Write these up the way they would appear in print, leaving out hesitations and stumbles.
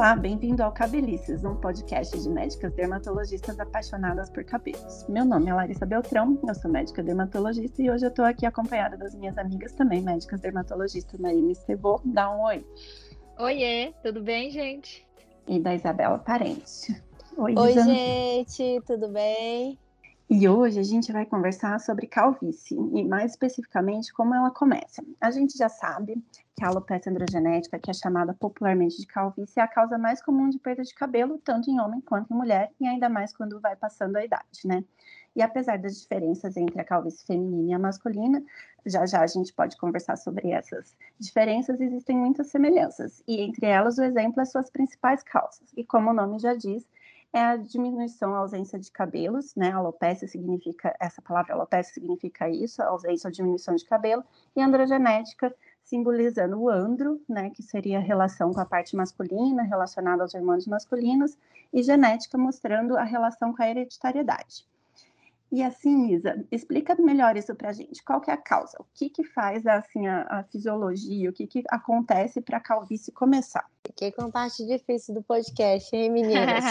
Olá, bem-vindo ao Cabelices, um podcast de médicas dermatologistas apaixonadas por cabelos. Meu nome é Larissa Beltrão, eu sou médica dermatologista e hoje eu estou aqui acompanhada das minhas amigas também, médicas dermatologistas, Marina Estevô. Dá um oi. Oiê, tudo bem, gente? E da Isabela Parente. Oi, gente, tudo bem? E hoje a gente vai conversar sobre calvície e mais especificamente como ela começa. A gente já sabe que a alopecia androgenética, que é chamada popularmente de calvície, é a causa mais comum de perda de cabelo, tanto em homem quanto em mulher, e ainda mais quando vai passando a idade, né? E apesar das diferenças entre a calvície feminina e a masculina, já já a gente pode conversar sobre essas diferenças, existem muitas semelhanças, e entre elas o exemplo é suas principais causas. E como o nome já diz, é a diminuição, a ausência de cabelos, né? Alopecia significa, essa palavra alopecia significa isso, a ausência ou diminuição de cabelo, e androgenética, simbolizando o andro, né? Que seria a relação com a parte masculina, relacionada aos hormônios masculinos, e genética, mostrando a relação com a hereditariedade. E assim, Isa, explica melhor isso pra gente. Qual que é a causa? O que faz assim, a fisiologia? O que acontece para a calvície começar? Fiquei com a parte difícil do podcast, hein, meninas?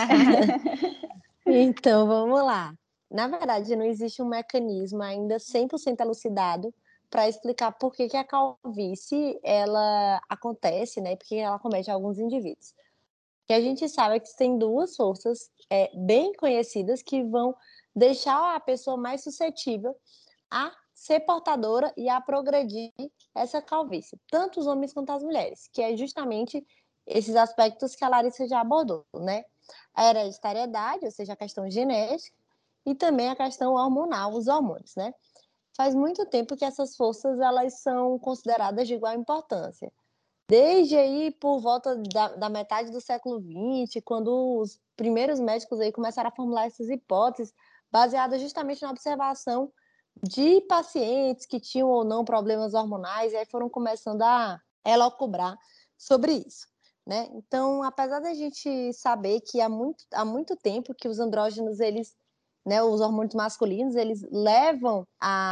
Então, vamos lá. Na verdade, não existe um mecanismo ainda 100% elucidado para explicar por que a calvície ela acontece, né? Porque ela comete alguns indivíduos. O que a gente sabe é que tem duas forças bem conhecidas que vão deixar a pessoa mais suscetível a ser portadora e a progredir essa calvície, tanto os homens quanto as mulheres, que é justamente esses aspectos que a Larissa já abordou, né? A hereditariedade, ou seja, a questão genética, e também a questão hormonal, os hormônios, né? Faz muito tempo que essas forças elas são consideradas de igual importância. Desde aí, por volta da metade do século XX, quando os primeiros médicos aí começaram a formular essas hipóteses, baseadas justamente na observação de pacientes que tinham ou não problemas hormonais, e aí foram começando a elocubrar sobre isso, né? Então, apesar da gente saber que há muito tempo que os andrógenos, eles, né, os hormônios masculinos, eles levam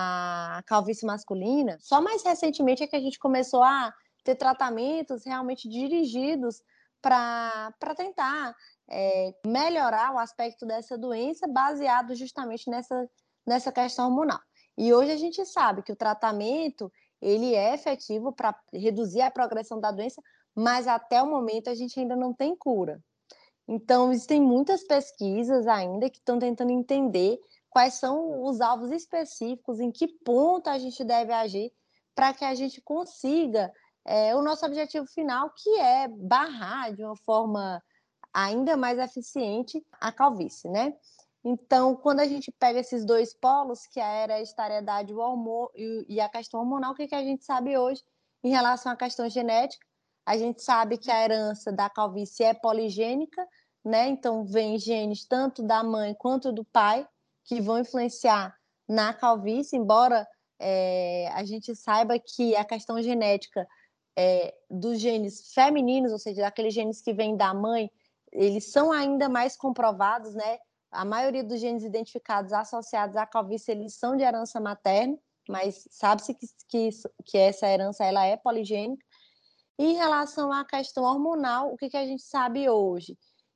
a calvície masculina, só mais recentemente é que a gente começou a ter tratamentos realmente dirigidos para tentar melhorar o aspecto dessa doença baseado justamente nessa questão hormonal. E hoje a gente sabe que o tratamento ele é efetivo para reduzir a progressão da doença, mas até o momento a gente ainda não tem cura. Então, existem muitas pesquisas ainda que estão tentando entender quais são os alvos específicos, em que ponto a gente deve agir para que a gente consiga o nosso objetivo final, que é barrar de uma forma ainda mais eficiente a calvície, né? Então, quando a gente pega esses dois polos, que é a hereditariedade e a questão hormonal, o que a gente sabe hoje em relação à questão genética? A gente sabe que a herança da calvície é poligênica, né? Então, vem genes tanto da mãe quanto do pai que vão influenciar na calvície, embora a gente saiba que a questão genética dos genes femininos, ou seja, daqueles genes que vêm da mãe, eles são ainda mais comprovados, né? A maioria dos genes identificados associados à calvície, eles são de herança materna, mas sabe-se que essa herança ela é poligênica. E em relação à questão hormonal, o que a gente sabe hoje?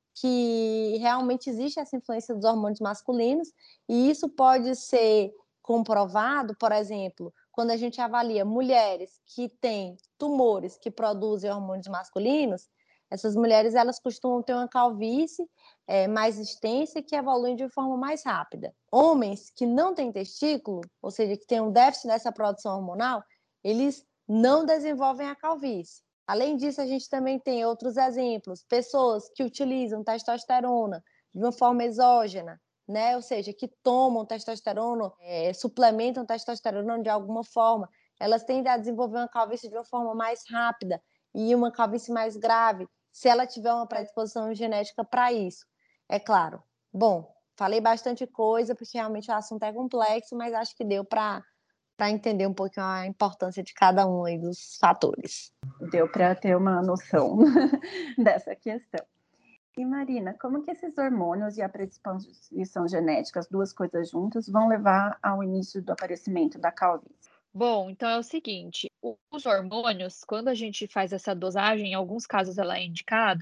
Que realmente existe essa influência dos hormônios masculinos, e isso pode ser comprovado, por exemplo, quando a gente avalia mulheres que têm tumores que produzem hormônios masculinos, essas mulheres elas costumam ter uma calvície mais extensa e que evolui de forma mais rápida. Homens que não têm testículo, ou seja, que têm um déficit nessa produção hormonal, eles não desenvolvem a calvície. Além disso, a gente também tem outros exemplos, pessoas que utilizam testosterona de uma forma exógena, né? Ou seja, que tomam testosterona, suplementam testosterona de alguma forma, elas tendem a desenvolver uma calvície de uma forma mais rápida e uma calvície mais grave, se ela tiver uma predisposição genética para isso. É claro. Bom, falei bastante coisa, porque realmente o assunto é complexo, mas acho que deu para entender um pouquinho a importância de cada um aí dos fatores. Deu para ter uma noção dessa questão. E Marina, como que esses hormônios e a predisposição genética, as duas coisas juntas, vão levar ao início do aparecimento da calvície? Bom, então é o seguinte, os hormônios, quando a gente faz essa dosagem, em alguns casos ela é indicada,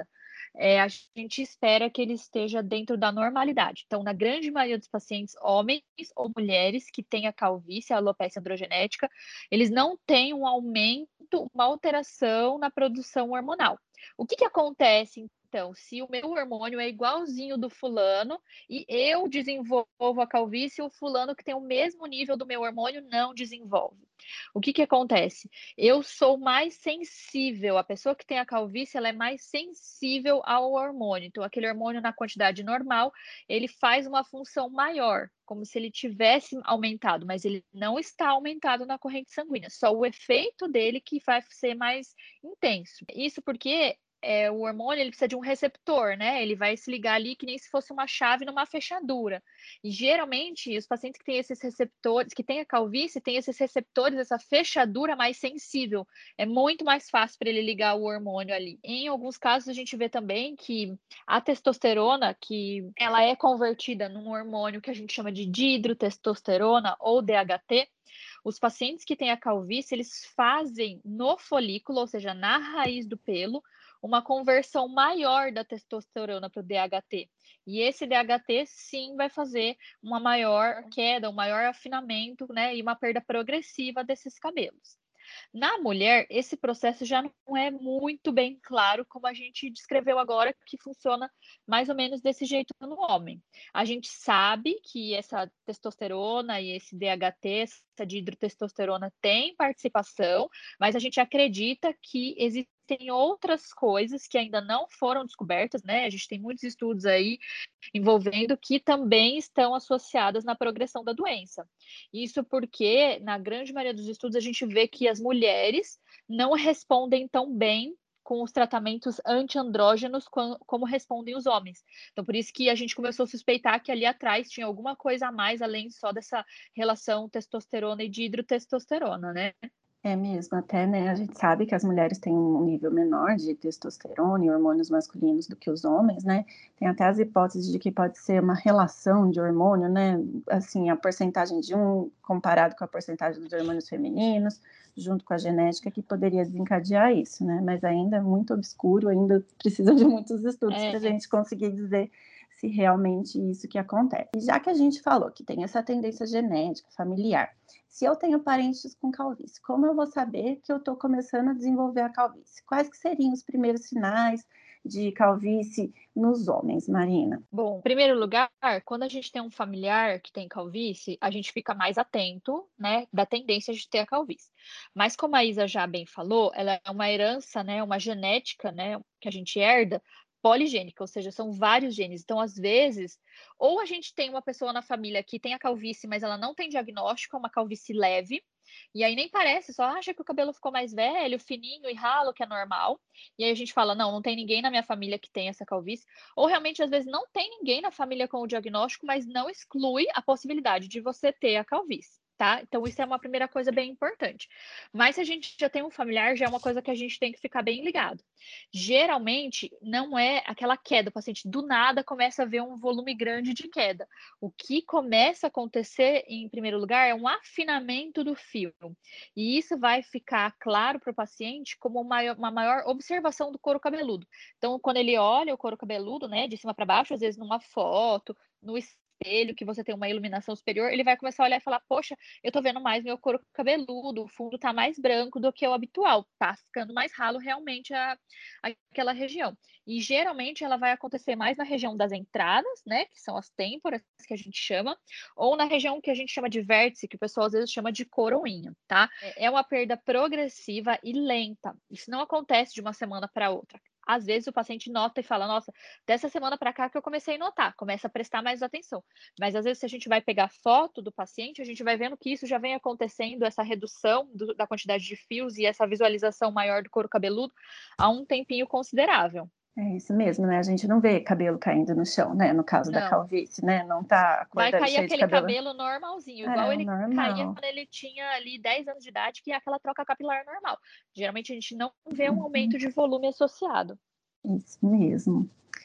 a gente espera que ele esteja dentro da normalidade. Então, na grande maioria dos pacientes, homens ou mulheres que têm a calvície, a alopecia androgenética, eles não têm um aumento, uma alteração na produção hormonal. O que acontece, então, se o meu hormônio é igualzinho do fulano e eu desenvolvo a calvície, o fulano que tem o mesmo nível do meu hormônio não desenvolve? O que acontece? Eu sou mais sensível, a pessoa que tem a calvície, ela é mais sensível ao hormônio. Então, aquele hormônio na quantidade normal, ele faz uma função maior, como se ele tivesse aumentado, mas ele não está aumentado na corrente sanguínea, só o efeito dele que vai ser mais intenso. Isso porque o hormônio ele precisa de um receptor, né? Ele vai se ligar ali que nem se fosse uma chave numa fechadura. E geralmente os pacientes que têm esses receptores, que têm a calvície, têm esses receptores, essa fechadura mais sensível. É muito mais fácil para ele ligar o hormônio ali. Em alguns casos a gente vê também que a testosterona, que ela é convertida num hormônio que a gente chama de dihidrotestosterona ou DHT. Os pacientes que têm a calvície, eles fazem no folículo, ou seja, na raiz do pelo, uma conversão maior da testosterona para o DHT. E esse DHT, sim, vai fazer uma maior queda, um maior afinamento, né, e uma perda progressiva desses cabelos. Na mulher, esse processo já não é muito bem claro, como a gente descreveu agora, que funciona mais ou menos desse jeito no homem. A gente sabe que essa testosterona e esse DHT, essa dihidrotestosterona, tem participação, mas a gente acredita que existem outras coisas que ainda não foram descobertas, né? A gente tem muitos estudos aí envolvendo que também estão associadas na progressão da doença. Isso porque, na grande maioria dos estudos, a gente vê que as mulheres não respondem tão bem com os tratamentos antiandrógenos como respondem os homens. Então, por isso que a gente começou a suspeitar que ali atrás tinha alguma coisa a mais, além só dessa relação testosterona e dihidrotestosterona, né? É mesmo, até, né, a gente sabe que as mulheres têm um nível menor de testosterona e hormônios masculinos do que os homens, né? Tem até as hipóteses de que pode ser uma relação de hormônio, né? Assim, a porcentagem de um comparado com a porcentagem dos hormônios femininos, junto com a genética, que poderia desencadear isso, né? Mas ainda é muito obscuro, ainda precisa de muitos estudos para a gente conseguir dizer se realmente isso que acontece. E já que a gente falou que tem essa tendência genética, familiar, se eu tenho parentes com calvície, como eu vou saber que eu estou começando a desenvolver a calvície? Quais que seriam os primeiros sinais de calvície nos homens, Marina? Bom, em primeiro lugar, quando a gente tem um familiar que tem calvície, a gente fica mais atento, né, da tendência de ter a calvície. Mas como a Isa já bem falou, ela é uma herança, né, uma genética, né, que a gente herda poligênica, ou seja, são vários genes. Então, às vezes, ou a gente tem uma pessoa na família que tem a calvície, mas ela não tem diagnóstico, é uma calvície leve, e aí nem parece, só acha que o cabelo ficou mais velho, fininho e ralo, que é normal. E aí a gente fala, não tem ninguém na minha família que tem essa calvície. Ou realmente, às vezes, não tem ninguém na família com o diagnóstico, mas não exclui a possibilidade de você ter a calvície, tá? Então, isso é uma primeira coisa bem importante. Mas se a gente já tem um familiar, já é uma coisa que a gente tem que ficar bem ligado. Geralmente, não é aquela queda, o paciente do nada começa a ver um volume grande de queda. O que começa a acontecer, em primeiro lugar, é um afinamento do fio. E isso vai ficar claro para o paciente como uma maior observação do couro cabeludo. Então, quando ele olha o couro cabeludo, né, de cima para baixo, às vezes numa foto, no espelho, que você tem uma iluminação superior, ele vai começar a olhar e falar: poxa, eu tô vendo mais meu couro cabeludo, o fundo tá mais branco do que o habitual, tá ficando mais ralo realmente aquela região. E geralmente ela vai acontecer mais na região das entradas, né, que são as têmporas que a gente chama, ou na região que a gente chama de vértice, que o pessoal às vezes chama de coroinha, tá? É uma perda progressiva e lenta. Isso não acontece de uma semana para outra. Às vezes o paciente nota e fala: nossa, dessa semana para cá que eu comecei a notar, começa a prestar mais atenção. Mas às vezes, se a gente vai pegar foto do paciente, a gente vai vendo que isso já vem acontecendo, essa redução da quantidade de fios e essa visualização maior do couro cabeludo há um tempinho considerável. É isso mesmo, né? A gente não vê cabelo caindo no chão, né? No caso da Não. calvície, né? Não tá Vai acordando cair cheio de aquele cabelo. cabelo normalzinho, igual É, ele caía normal. quando ele tinha ali 10 anos de idade, que é aquela troca capilar normal. Geralmente a gente não vê um Uhum, aumento de volume associado. isso mesmo.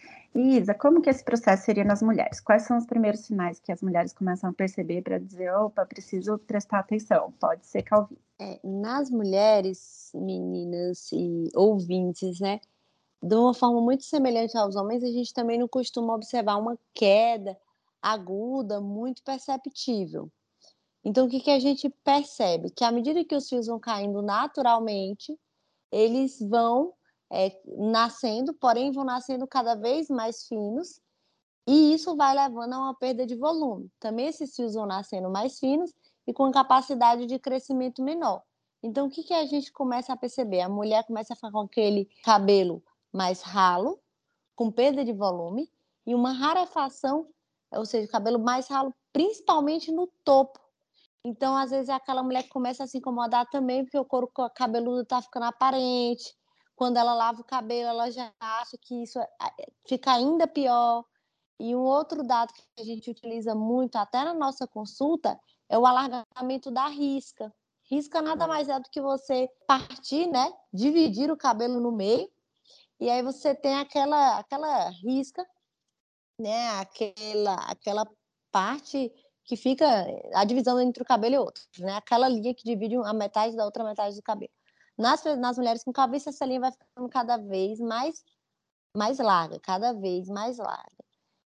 E Isa, como que esse processo seria nas mulheres? Quais são os primeiros sinais que as mulheres começam a perceber para dizer, opa, preciso prestar atenção, pode ser calvície? Nas mulheres, meninas e ouvintes, né? De uma forma muito semelhante aos homens, a gente também não costuma observar uma queda aguda, muito perceptível. Então, o que que a gente percebe? Que à medida que os fios vão caindo naturalmente, eles vão, nascendo, porém vão nascendo cada vez mais finos, e isso vai levando a uma perda de volume. Também esses fios vão nascendo mais finos e com capacidade de crescimento menor. Então, o que que a gente começa a perceber? A mulher começa a ficar com aquele cabelo mais ralo, com perda de volume, e uma rarefação, ou seja, o cabelo mais ralo, principalmente no topo. Então, às vezes, é aquela mulher que começa a se incomodar também, porque o couro cabeludo está ficando aparente. Quando ela lava o cabelo, ela já acha que isso fica ainda pior. E um outro dado que a gente utiliza muito, até na nossa consulta, é o alargamento da risca. Risca nada mais é do que você partir, né? Dividir o cabelo no meio, e aí você tem aquela risca, né? Aquela parte que fica a divisão entre o cabelo e outro, né? Aquela linha que divide a metade da outra metade do cabelo. Nas mulheres com calvície, essa linha vai ficando cada vez mais larga, cada vez mais larga.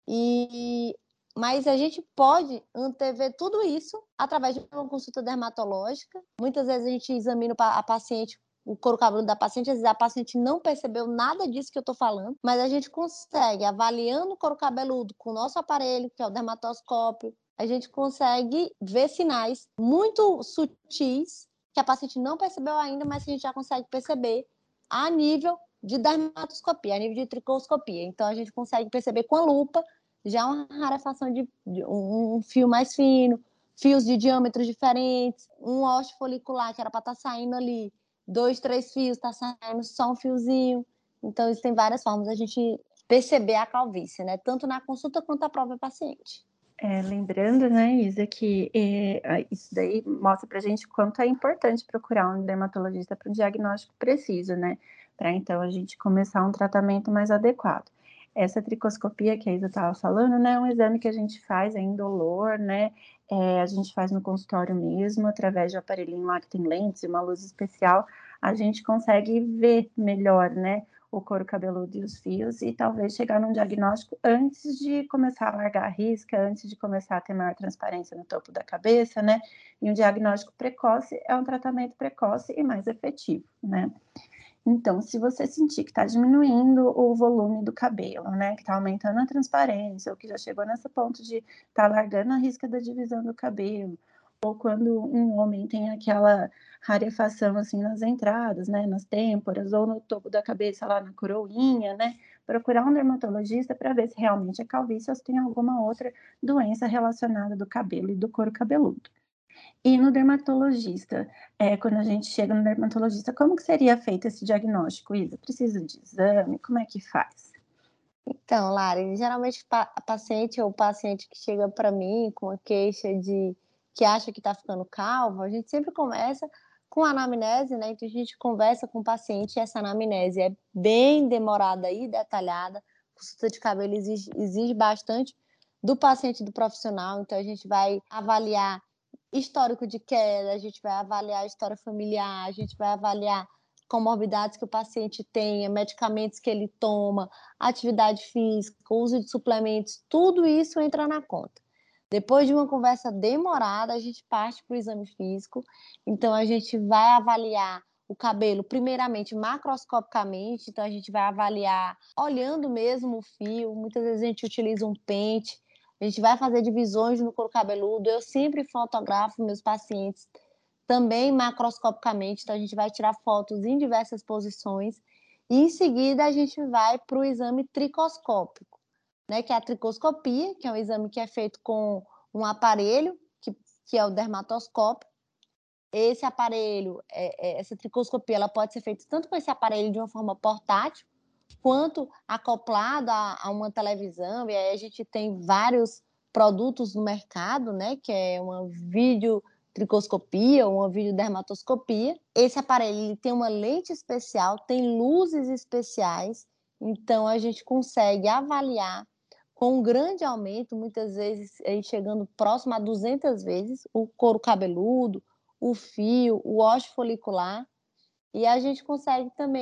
Mas a gente pode antever tudo isso através de uma consulta dermatológica. Muitas vezes a gente examina a paciente, o couro cabeludo da paciente, às vezes a paciente não percebeu nada disso que eu estou falando, mas a gente consegue, avaliando o couro cabeludo com o nosso aparelho, que é o dermatoscópio, a gente consegue ver sinais muito sutis que a paciente não percebeu ainda, mas que a gente já consegue perceber a nível de dermatoscopia, a nível de tricoscopia. Então, a gente consegue perceber com a lupa já uma rarefação de um fio mais fino, fios de diâmetros diferentes, um hoste folicular que era para estar saindo ali, 2, 3 fios, está saindo só um fiozinho. Então, isso tem várias formas a gente perceber a calvície, né? Tanto na consulta quanto a própria paciente. Lembrando, né, Isa, que isso daí mostra pra gente quanto é importante procurar um dermatologista para um diagnóstico preciso, né? Para então a gente começar um tratamento mais adequado. Essa tricoscopia que a Isa estava falando, né, é um exame que a gente faz, é indolor, né? A gente faz no consultório mesmo, através de um aparelhinho lá que tem lentes e uma luz especial, a gente consegue ver melhor, né? O couro cabeludo e os fios, e talvez chegar num diagnóstico antes de começar a largar a risca, antes de começar a ter maior transparência no topo da cabeça, né? E um diagnóstico precoce é um tratamento precoce e mais efetivo, né? Então, se você sentir que está diminuindo o volume do cabelo, né, que está aumentando a transparência, ou que já chegou nesse ponto de estar largando a risca da divisão do cabelo, ou quando um homem tem aquela rarefação assim nas entradas, né, nas têmporas, ou no topo da cabeça, lá na coroinha, né, procurar um dermatologista para ver se realmente é calvície ou se tem alguma outra doença relacionada do cabelo e do couro cabeludo. E no dermatologista, quando a gente chega no dermatologista, como que seria feito esse diagnóstico, Isa? Precisa de exame? Como é que faz? Então, Lari, geralmente a paciente ou o paciente que chega para mim com a queixa de que acha que está ficando calvo, a gente sempre começa com anamnese, né? Então a gente conversa com o paciente e essa anamnese é bem demorada e detalhada. Consulta de cabelo exige bastante do paciente e do profissional, então a gente vai avaliar histórico de queda, a gente vai avaliar a história familiar, a gente vai avaliar comorbidades que o paciente tenha, medicamentos que ele toma, atividade física, uso de suplementos, tudo isso entra na conta. Depois de uma conversa demorada, a gente parte para o exame físico. Então, a gente vai avaliar o cabelo, primeiramente, macroscopicamente. Então, a gente vai avaliar olhando mesmo o fio. Muitas vezes a gente utiliza um pente. A gente vai fazer divisões no couro cabeludo. Eu sempre fotografo meus pacientes também macroscopicamente, então a gente vai tirar fotos em diversas posições e em seguida a gente vai para o exame tricoscópico, né, que é a tricoscopia, que é um exame que é feito com um aparelho, que é o dermatoscópio. Esse aparelho, essa tricoscopia, ela pode ser feita tanto com esse aparelho de uma forma portátil, quanto acoplado a uma televisão, e aí a gente tem vários produtos no mercado, né, que é uma videotricoscopia ou uma videodermatoscopia. Esse aparelho ele tem uma lente especial, tem luzes especiais, então a gente consegue avaliar com um grande aumento, muitas vezes aí chegando próximo a 200 vezes, o couro cabeludo, o fio, o hoste folicular, e a gente consegue também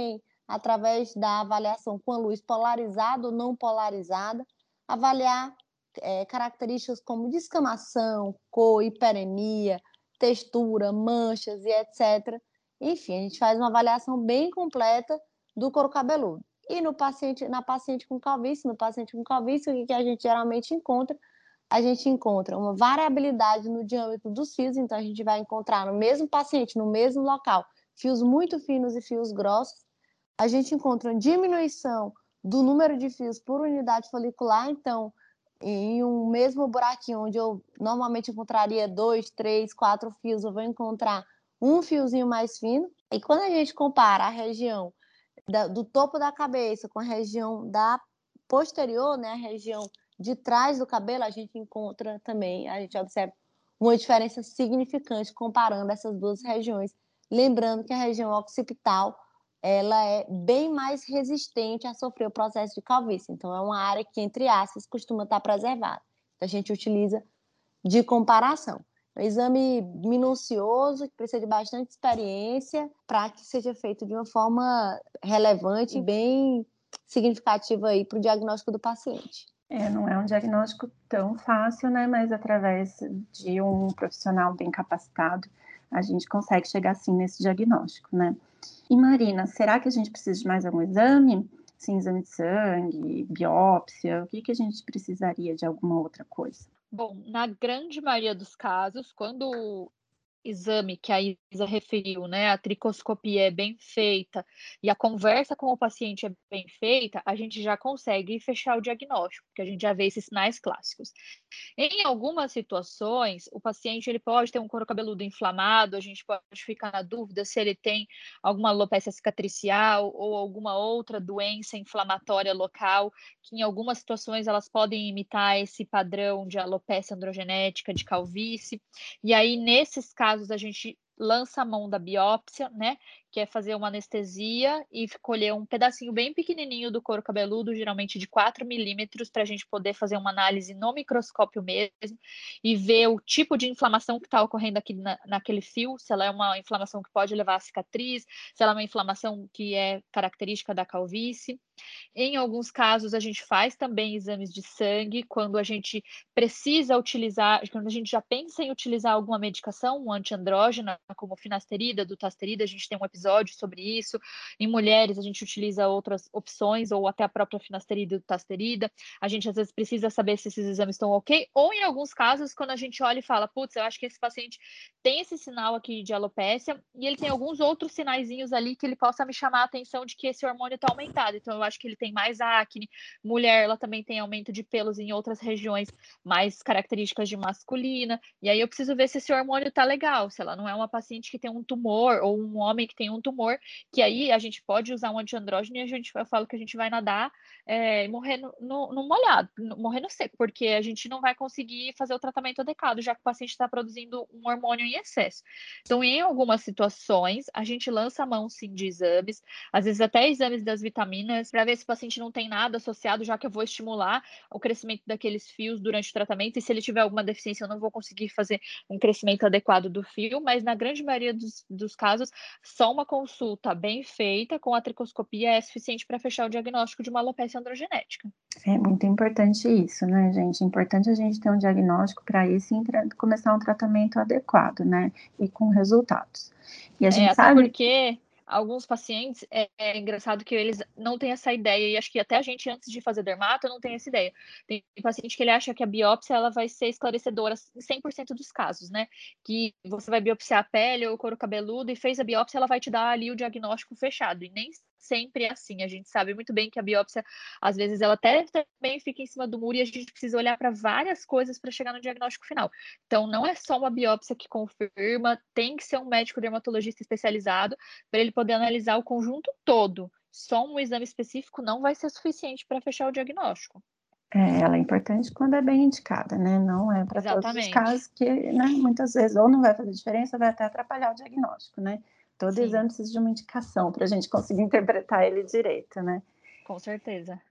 através da avaliação com a luz polarizada ou não polarizada, avaliar características como descamação, cor, hiperemia, textura, manchas e etc. Enfim, a gente faz uma avaliação bem completa do couro cabeludo. E no paciente, no paciente com calvície, o que a gente geralmente encontra? A gente encontra uma variabilidade no diâmetro dos fios, então a gente vai encontrar no mesmo paciente, no mesmo local, fios muito finos e fios grossos. A gente encontra uma diminuição do número de fios por unidade folicular, então, em um mesmo buraquinho onde eu normalmente encontraria 2, 3, 4 fios, eu vou encontrar um fiozinho mais fino. E quando a gente compara a região do topo da cabeça com a região da posterior, né, a região de trás do cabelo, a gente encontra também, a gente observa uma diferença significante comparando essas duas regiões. Lembrando que a região occipital ela é bem mais resistente a sofrer o processo de calvície. Então, é uma área que, entre aspas, costuma estar preservada. Então, a gente utiliza de comparação. Um exame minucioso, que precisa de bastante experiência para que seja feito de uma forma relevante e bem significativa para o diagnóstico do paciente. Não é um diagnóstico tão fácil, né? Mas através de um profissional bem capacitado, a gente consegue chegar sim nesse diagnóstico, né? E Marina, será que a gente precisa de mais algum exame? Sim, exame de sangue, biópsia, o que a gente precisaria de alguma outra coisa? Bom, na grande maioria dos casos, quando o exame que a Isa referiu, né, a tricoscopia é bem feita e a conversa com o paciente é bem feita, a gente já consegue fechar o diagnóstico, porque a gente já vê esses sinais clássicos. Em algumas situações, o paciente ele pode ter um couro cabeludo inflamado, a gente pode ficar na dúvida se ele tem alguma alopecia cicatricial ou alguma outra doença inflamatória local, que em algumas situações elas podem imitar esse padrão de alopecia androgenética, de calvície. E aí, nesses casos, a gente lança a mão da biópsia, né, que é fazer uma anestesia e colher um pedacinho bem pequenininho do couro cabeludo, geralmente de 4 milímetros, para a gente poder fazer uma análise no microscópio mesmo e ver o tipo de inflamação que está ocorrendo aqui naquele fio, se ela é uma inflamação que pode levar a cicatriz, se ela é uma inflamação que é característica da calvície. Em alguns casos, a gente faz também exames de sangue, quando a gente precisa utilizar, quando a gente já pensa em utilizar alguma medicação, um antiandrógena, como finasterida, dutasterida, a gente tem um episódio sobre isso. Em mulheres, a gente utiliza outras opções, ou até a própria finasterida e dutasterida. A gente, às vezes, precisa saber se esses exames estão ok, ou em alguns casos, quando a gente olha e fala, putz, eu acho que esse paciente tem esse sinal aqui de alopécia, e ele tem alguns outros sinaizinhos ali que ele possa me chamar a atenção de que esse hormônio está aumentado. Então, eu acho que ele tem mais acne. Mulher, ela também tem aumento de pelos em outras regiões mais características de masculina. E aí eu preciso ver se esse hormônio tá legal, se ela não é uma paciente que tem um tumor ou um homem que tem um tumor, que aí a gente pode usar um antiandrógeno e eu falo que a gente vai nadar e morrer no molhado, morrer no seco, porque a gente não vai conseguir fazer o tratamento adequado, já que o paciente está produzindo um hormônio em excesso. Então, em algumas situações, a gente lança a mão sim de exames, às vezes até exames das vitaminas, para ver se o paciente não tem nada associado, já que eu vou estimular o crescimento daqueles fios durante o tratamento, e se ele tiver alguma deficiência, eu não vou conseguir fazer um crescimento adequado do fio, mas na grande maioria dos casos, só uma consulta bem feita com a tricoscopia é suficiente para fechar o diagnóstico de uma alopecia androgenética. É muito importante isso, né, gente? É importante a gente ter um diagnóstico para aí sim começar um tratamento adequado, né? E com resultados. E a gente Até sabe. porque alguns pacientes, é engraçado que eles não têm essa ideia, e acho que até a gente, antes de fazer dermato, não tem essa ideia. Tem paciente que ele acha que a biópsia ela vai ser esclarecedora em 100% dos casos, né? Que você vai biopsiar a pele ou o couro cabeludo e fez a biópsia, ela vai te dar ali o diagnóstico fechado. E nem sempre é assim. A gente sabe muito bem que a biópsia, às vezes, ela até também fica em cima do muro e a gente precisa olhar para várias coisas para chegar no diagnóstico final. Então, não é só uma biópsia que confirma, tem que ser um médico dermatologista especializado para ele poder analisar o conjunto todo. Só um exame específico não vai ser suficiente para fechar o diagnóstico. Ela é importante quando é bem indicada, né? Não é para todos os Exatamente. casos que, né, muitas vezes ou não vai fazer diferença, vai até atrapalhar o diagnóstico, né? Todo Sim, exame precisa de uma indicação para a gente conseguir interpretar ele direito, né? com certeza.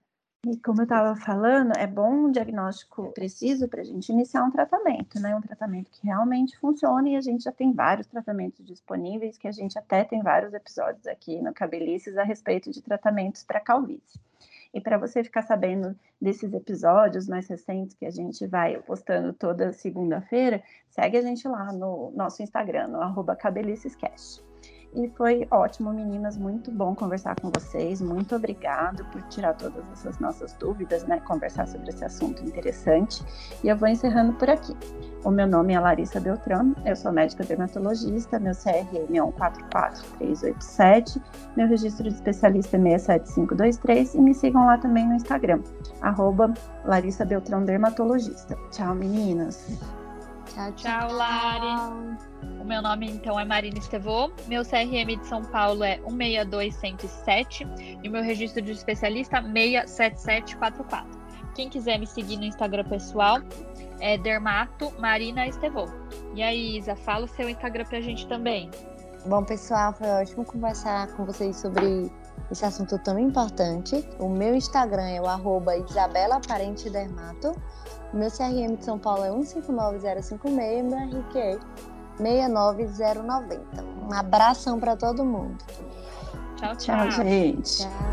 E como eu estava falando, é bom um diagnóstico preciso para a gente iniciar um tratamento, né? Um tratamento que realmente funcione, e a gente já tem vários tratamentos disponíveis, que a gente até tem vários episódios aqui no Cabelices a respeito de tratamentos para calvície. E para você ficar sabendo desses episódios mais recentes que a gente vai postando toda segunda-feira, segue a gente lá no nosso Instagram, no @cabelicescast. E foi ótimo, meninas, muito bom conversar com vocês. Muito obrigado por tirar todas essas nossas dúvidas, né? Conversar sobre esse assunto interessante. E eu vou encerrando por aqui. O meu nome é Larissa Beltrão, eu sou médica dermatologista, meu CRM é 144387, meu registro de especialista é 67523 e me sigam lá também no Instagram, @Larissa Beltrão Dermatologista. Tchau, meninas! Tchau, Lari. O meu nome, então, é Marina Estevô. Meu CRM de São Paulo é 162107 e o meu registro de especialista 67744. Quem quiser me seguir no Instagram pessoal é Dermato Marina Estevô. E aí, Isa, fala o seu Instagram pra gente também. Bom, pessoal, foi ótimo conversar com vocês sobre esse assunto tão importante. O meu Instagram é o @IsabelaParenteDermato. Meu CRM de São Paulo é 159056, meu RQ é 69090. Um abração para todo mundo. Tchau, Tchau, gente. Tchau.